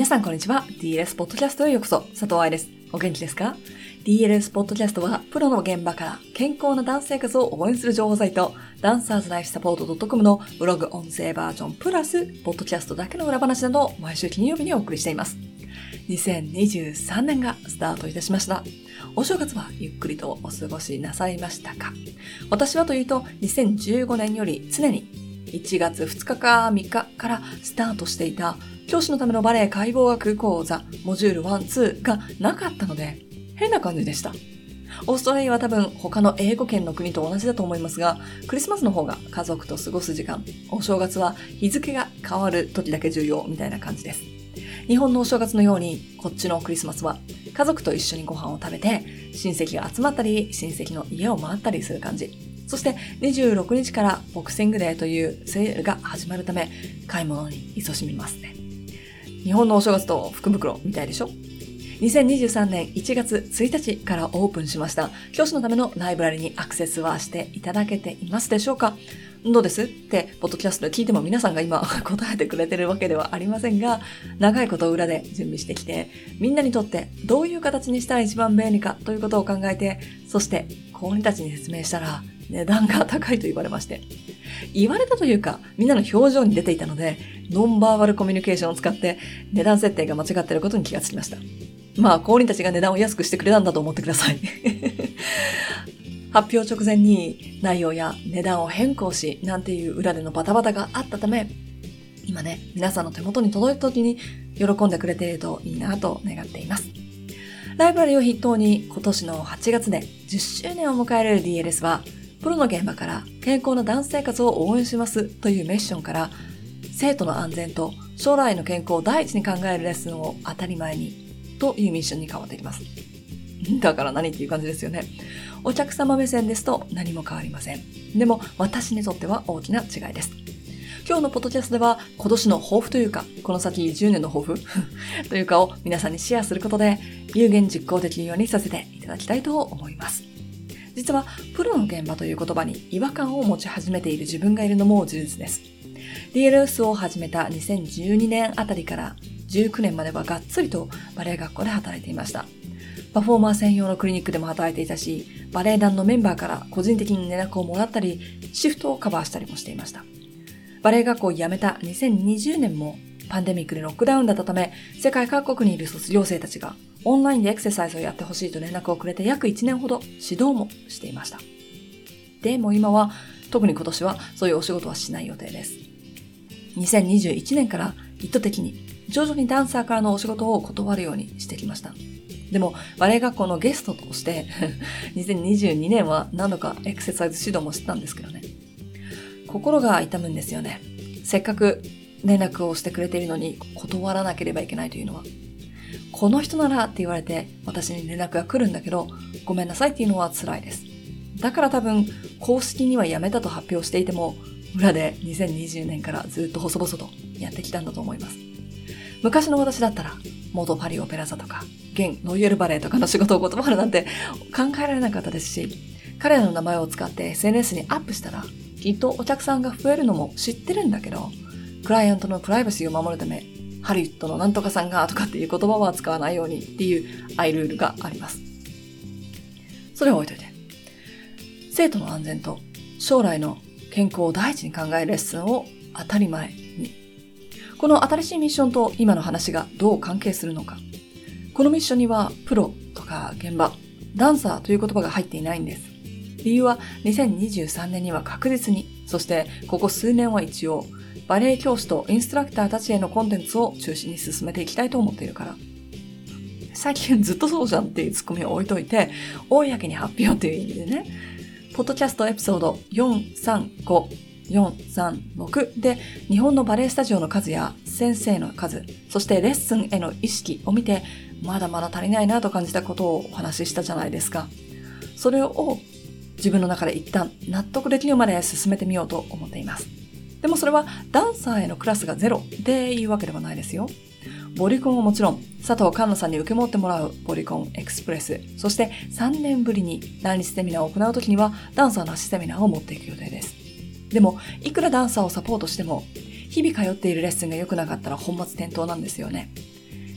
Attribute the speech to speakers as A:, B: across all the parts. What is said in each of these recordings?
A: さんこんにちは。DLS ポッドキャストへようこそ。佐藤愛です。お元気ですか？ DLS ポッドキャストはプロの現場から健康なダンス生活を応援する情報サイト、ダンサーズライフサポート .com のブログ音声バージョンプラス、ポッドキャストだけの裏話などを毎週金曜日にお送りしています。2023年がスタートいたしました。お正月はゆっくりとお過ごしなさいましたか？私はというと、2015年より常に1月2日か3日からスタートしていた教師のためのバレエ解剖学講座モジュール1、2がなかったので変な感じでした。オーストラリアは多分他の英語圏の国と同じだと思いますが、クリスマスの方が家族と過ごす時間、お正月は日付が変わる時だけ重要みたいな感じです。日本のお正月のようにこっちのクリスマスは家族と一緒にご飯を食べて親戚が集まったり親戚の家を回ったりする感じ。そして26日からボクシングデーというセールが始まるため買い物に勤しみますね。日本のお正月と福袋みたいでしょ。2023年1月1日からオープンしました教師のためのライブラリにアクセスはしていただけていますでしょうか？どうですってポッドキャストで聞いても皆さんが今答えてくれてるわけではありませんが、長いこと裏で準備してきて、みんなにとってどういう形にしたら一番便利かということを考えて、そして子鬼たちに説明したら値段が高いと言われまして、言われたというかみんなの表情に出ていたので、ノンバーバルコミュニケーションを使って値段設定が間違っていることに気がつきました。まあ、子鬼たちが値段を安くしてくれたんだと思ってください。発表直前に内容や値段を変更し、なんていう裏でのバタバタがあったため、今ね、皆さんの手元に届いた時に喜んでくれているといいなと願っています。ライブラリを筆頭に今年の8月で10周年を迎える DLS は、プロの現場から健康なダンス生活を応援しますというメッションから、生徒の安全と将来の健康を第一に考えるレッスンを当たり前にというミッションに変わっています。だから何っていう感じですよね。お客様目線ですと何も変わりません。でも私にとっては大きな違いです。今日のポッドキャストでは今年の抱負というか、この先10年の抱負というかを皆さんにシェアすることで有言実行できるようにさせていただきたいと思います。実はプロの現場という言葉に違和感を持ち始めている自分がいるのも事実です。DLS を始めた2012年あたりから19年まではがっつりとバレエ学校で働いていました。パフォーマー専用のクリニックでも働いていたし、バレエ団のメンバーから個人的に連絡をもらったり、シフトをカバーしたりもしていました。バレエ学校を辞めた2020年もパンデミックでロックダウンだったため、世界各国にいる卒業生たちがオンラインでエクササイズをやってほしいと連絡をくれて約1年ほど指導もしていました。でも今は、特に今年はそういうお仕事はしない予定です。2021年から意図的に徐々にダンサーからのお仕事を断るようにしてきました。でも、バレエ学校のゲストとして、2022年は何度かエクササイズ指導もしてたんですけどね。心が痛むんですよね。せっかく連絡をしてくれているのに断らなければいけないというのは。この人ならって言われて私に連絡が来るんだけど、ごめんなさいっていうのは辛いです。だから多分、公式には辞めたと発表していても、裏で2020年からずっと細々とやってきたんだと思います。昔の私だったら、元パリオペラ座とか、現ロイヤルバレエとかの仕事を断るなんて考えられなかったですし、彼らの名前を使って SNS にアップしたら、きっとお客さんが増えるのも知ってるんだけど、クライアントのプライバシーを守るため、ハリウッドのなんとかさんがとかっていう言葉は使わないようにっていうアイルールがあります。それを置いといて。生徒の安全と将来の健康を第一に考えるレッスンを当たり前に。この新しいミッションと今の話がどう関係するのか。このミッションにはプロとか現場、ダンサーという言葉が入っていないんです。理由は2023年には確実に、そしてここ数年は一応、バレエ教師とインストラクターたちへのコンテンツを中心に進めていきたいと思っているから。最近ずっとそうじゃんっていうツッコミを置いといて、公に発表という意味でね、ポッドキャストエピソード435、436で日本のバレエスタジオの数や先生の数、そしてレッスンへの意識を見てまだまだ足りないなと感じたことをお話ししたじゃないですか。それを自分の中で一旦納得できるまで進めてみようと思っています。でもそれはダンサーへのクラスがゼロでいうわけではないですよ。ボリコンはもちろん佐藤環奈さんに受け持ってもらうボリコンエクスプレス、そして3年ぶりに来日セミナーを行うときにはダンサーなしセミナーを持っていく予定です。でもいくらダンサーをサポートしても日々通っているレッスンが良くなかったら本末転倒なんですよね。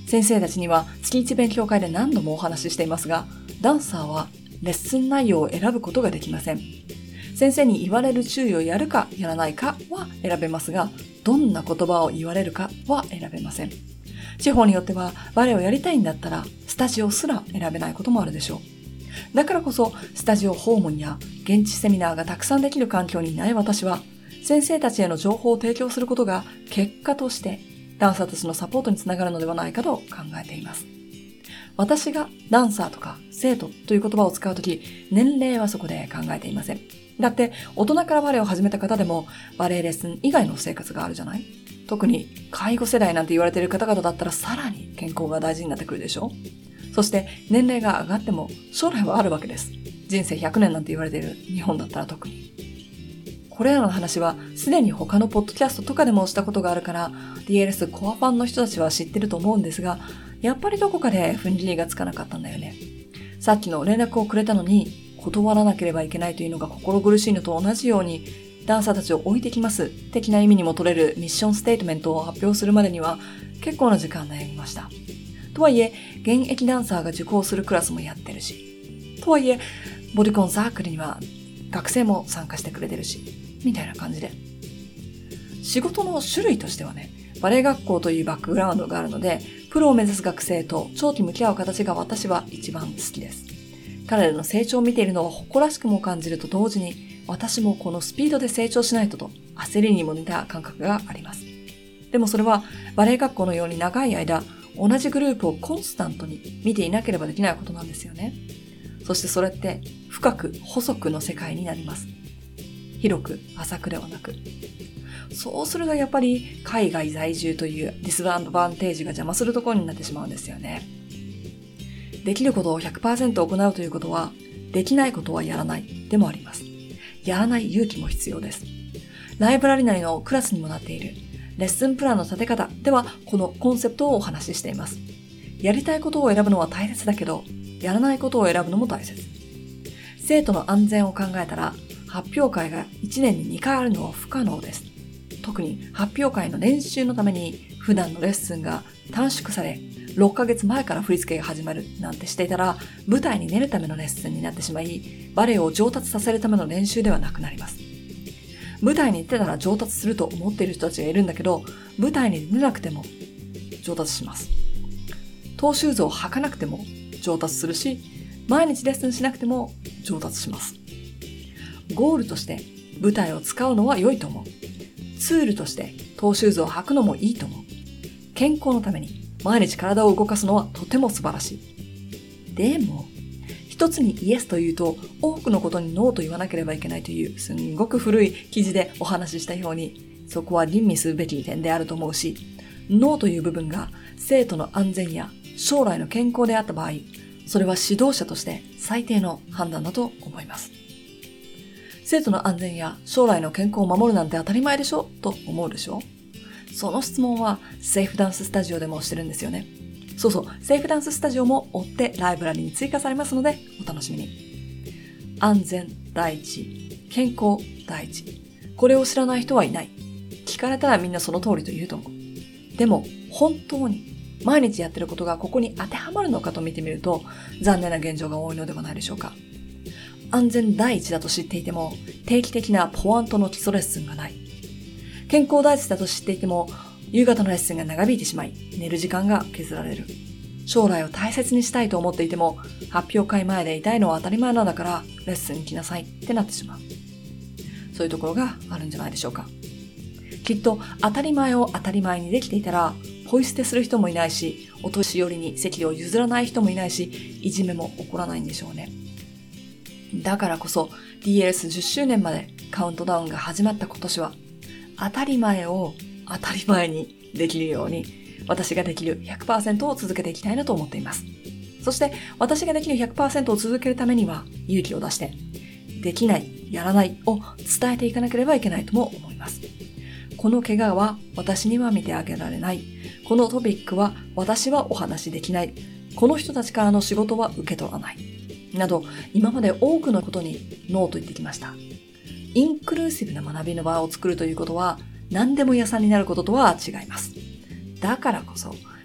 A: 先生たちには月1勉強会で何度もお話ししていますが、ダンサーはレッスン内容を選ぶことができません。先生に言われる注意をやるかやらないかは選べますが、どんな言葉を言われるかは選べません。地方によってはバレエをやりたいんだったらスタジオすら選べないこともあるでしょう。だからこそスタジオ訪問や現地セミナーがたくさんできる環境にない私は、先生たちへの情報を提供することが結果としてダンサーたちのサポートにつながるのではないかと考えています。私がダンサーとか生徒という言葉を使うとき、年齢はそこで考えていません。だって大人からバレエを始めた方でもバレエレッスン以外の生活があるじゃない？特に介護世代なんて言われている方々だったらさらに健康が大事になってくるでしょ。そして年齢が上がっても将来はあるわけです。人生100年なんて言われている日本だったら特に。これらの話はすでに他のポッドキャストとかでもしたことがあるから DLS コアファンの人たちは知ってると思うんですが、やっぱりどこかで踏ん切りがつかなかったんだよね。さっきの連絡をくれたのに断らなければいけないというのが心苦しいのと同じように、ダンサーたちを置いてきます的な意味にも取れるミッションステートメントを発表するまでには結構な時間悩みました。とはいえ現役ダンサーが受講するクラスもやってるし、とはいえボディコンサークルには学生も参加してくれてるし、みたいな感じで、仕事の種類としてはね、バレエ学校というバックグラウンドがあるので、プロを目指す学生と長期向き合う形が私は一番好きです。彼らの成長を見ているのを誇らしくも感じると同時に、私もこのスピードで成長しないと焦りにも似た感覚があります。でもそれはバレエ学校のように長い間、同じグループをコンスタントに見ていなければできないことなんですよね。そしてそれって深く細くの世界になります。広く浅くではなく。そうするとやっぱり海外在住というディスアドバンテージが邪魔するところになってしまうんですよね。できることを 100% 行うということは、できないことはやらないでもあります。やらない勇気も必要です。ライブラリなりのクラスにもなっているレッスンプランの立て方ではこのコンセプトをお話ししています。やりたいことを選ぶのは大切だけど、やらないことを選ぶのも大切。生徒の安全を考えたら、発表会が1年に2回あるのは不可能です。特に発表会の練習のために普段のレッスンが短縮され、6ヶ月前から振り付けが始まるなんてしていたら、舞台に出るためのレッスンになってしまい、バレエを上達させるための練習ではなくなります。舞台に出たら上達すると思っている人たちがいるんだけど、舞台に出なくても上達します。トーシューズを履かなくても上達するし、毎日レッスンしなくても上達します。ゴールとして舞台を使うのは良いと思う。ツールとしてトーシューズを履くのもいいと思う。健康のために毎日体を動かすのはとても素晴らしい。でも、一つにイエスと言うと多くのことにノーと言わなければいけないというすんごく古い記事でお話ししたように、そこは吟味するべき点であると思うし、ノーという部分が生徒の安全や将来の健康であった場合、それは指導者として最低の判断だと思います。生徒の安全や将来の健康を守るなんて当たり前でしょと思うでしょ。その質問はセーフダンススタジオでもしてるんですよね。そうそう、セーフダンススタジオも追ってライブラリに追加されますのでお楽しみに。安全第一、健康第一。これを知らない人はいない。聞かれたらみんなその通りと言うと思う。でも本当に毎日やってることがここに当てはまるのかと見てみると残念な現状が多いのではないでしょうか。安全第一だと知っていても定期的なポワントの基礎レッスンがない。健康第一だと知っていても夕方のレッスンが長引いてしまい寝る時間が削られる。将来を大切にしたいと思っていても発表会前で痛いのは当たり前なんだからレッスンに来なさいってなってしまう。そういうところがあるんじゃないでしょうか。きっと当たり前を当たり前にできていたらポイ捨てする人もいないし、お年寄りに席を譲らない人もいないし、いじめも起こらないんでしょうね。だからこそ DLS10 周年までカウントダウンが始まった今年は当たり前を当たり前にできるように私ができる 100% を続けていきたいなと思っています。そして私ができる 100% を続けるためには勇気を出してできない、やらないを伝えていかなければいけないとも思います。この怪我は私には見てあげられない。このトピックは私はお話しできない。この人たちからの仕事は受け取らない。など、今まで多くのことにノーと言ってきました。インクルーシブな学びの場を作るということは、何でも屋さんになることとは違います。だからこそ、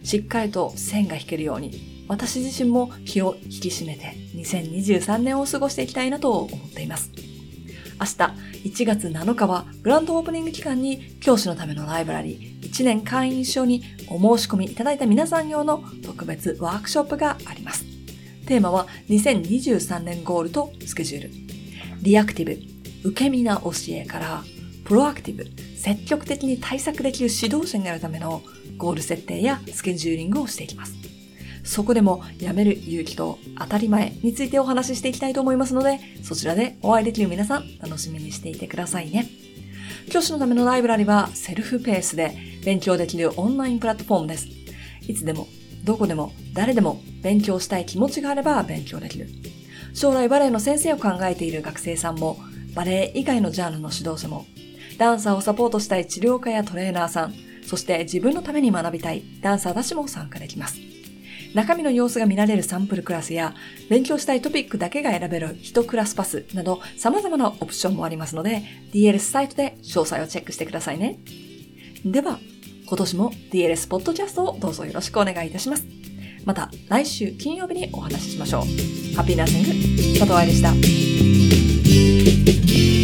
A: しっかりと線が引けるように、私自身も気を引き締めて2023年を過ごしていきたいなと思っています。明日1月7日はグランドオープニング期間に教師のためのライブラリー1年会員証にお申し込みいただいた皆さん用の特別ワークショップがあります。テーマは2023年ゴールとスケジュール。リアクティブ、受け身な教えからプロアクティブ、積極的に対策できる指導者になるためのゴール設定やスケジューリングをしていきます。そこでもやめる勇気と当たり前についてお話ししていきたいと思いますので、そちらでお会いできる皆さん楽しみにしていてくださいね。教師のためのライブラリはセルフペースで勉強できるオンラインプラットフォームです。いつでも、どこでも、誰でも勉強したい気持ちがあれば勉強できる。将来バレエの先生を考えている学生さんも、バレエ以外のジャンルの指導者も、ダンサーをサポートしたい治療家やトレーナーさん、そして自分のために学びたいダンサーたちも参加できます。中身の様子が見られるサンプルクラスや、勉強したいトピックだけが選べる1クラスパスなど様々なオプションもありますので、DLS サイトで詳細をチェックしてくださいね。では、今年も DLS ポッドキャストをどうぞよろしくお願いいたします。また来週金曜日にお話ししましょう。ハッピーナーシング、佐藤愛でした。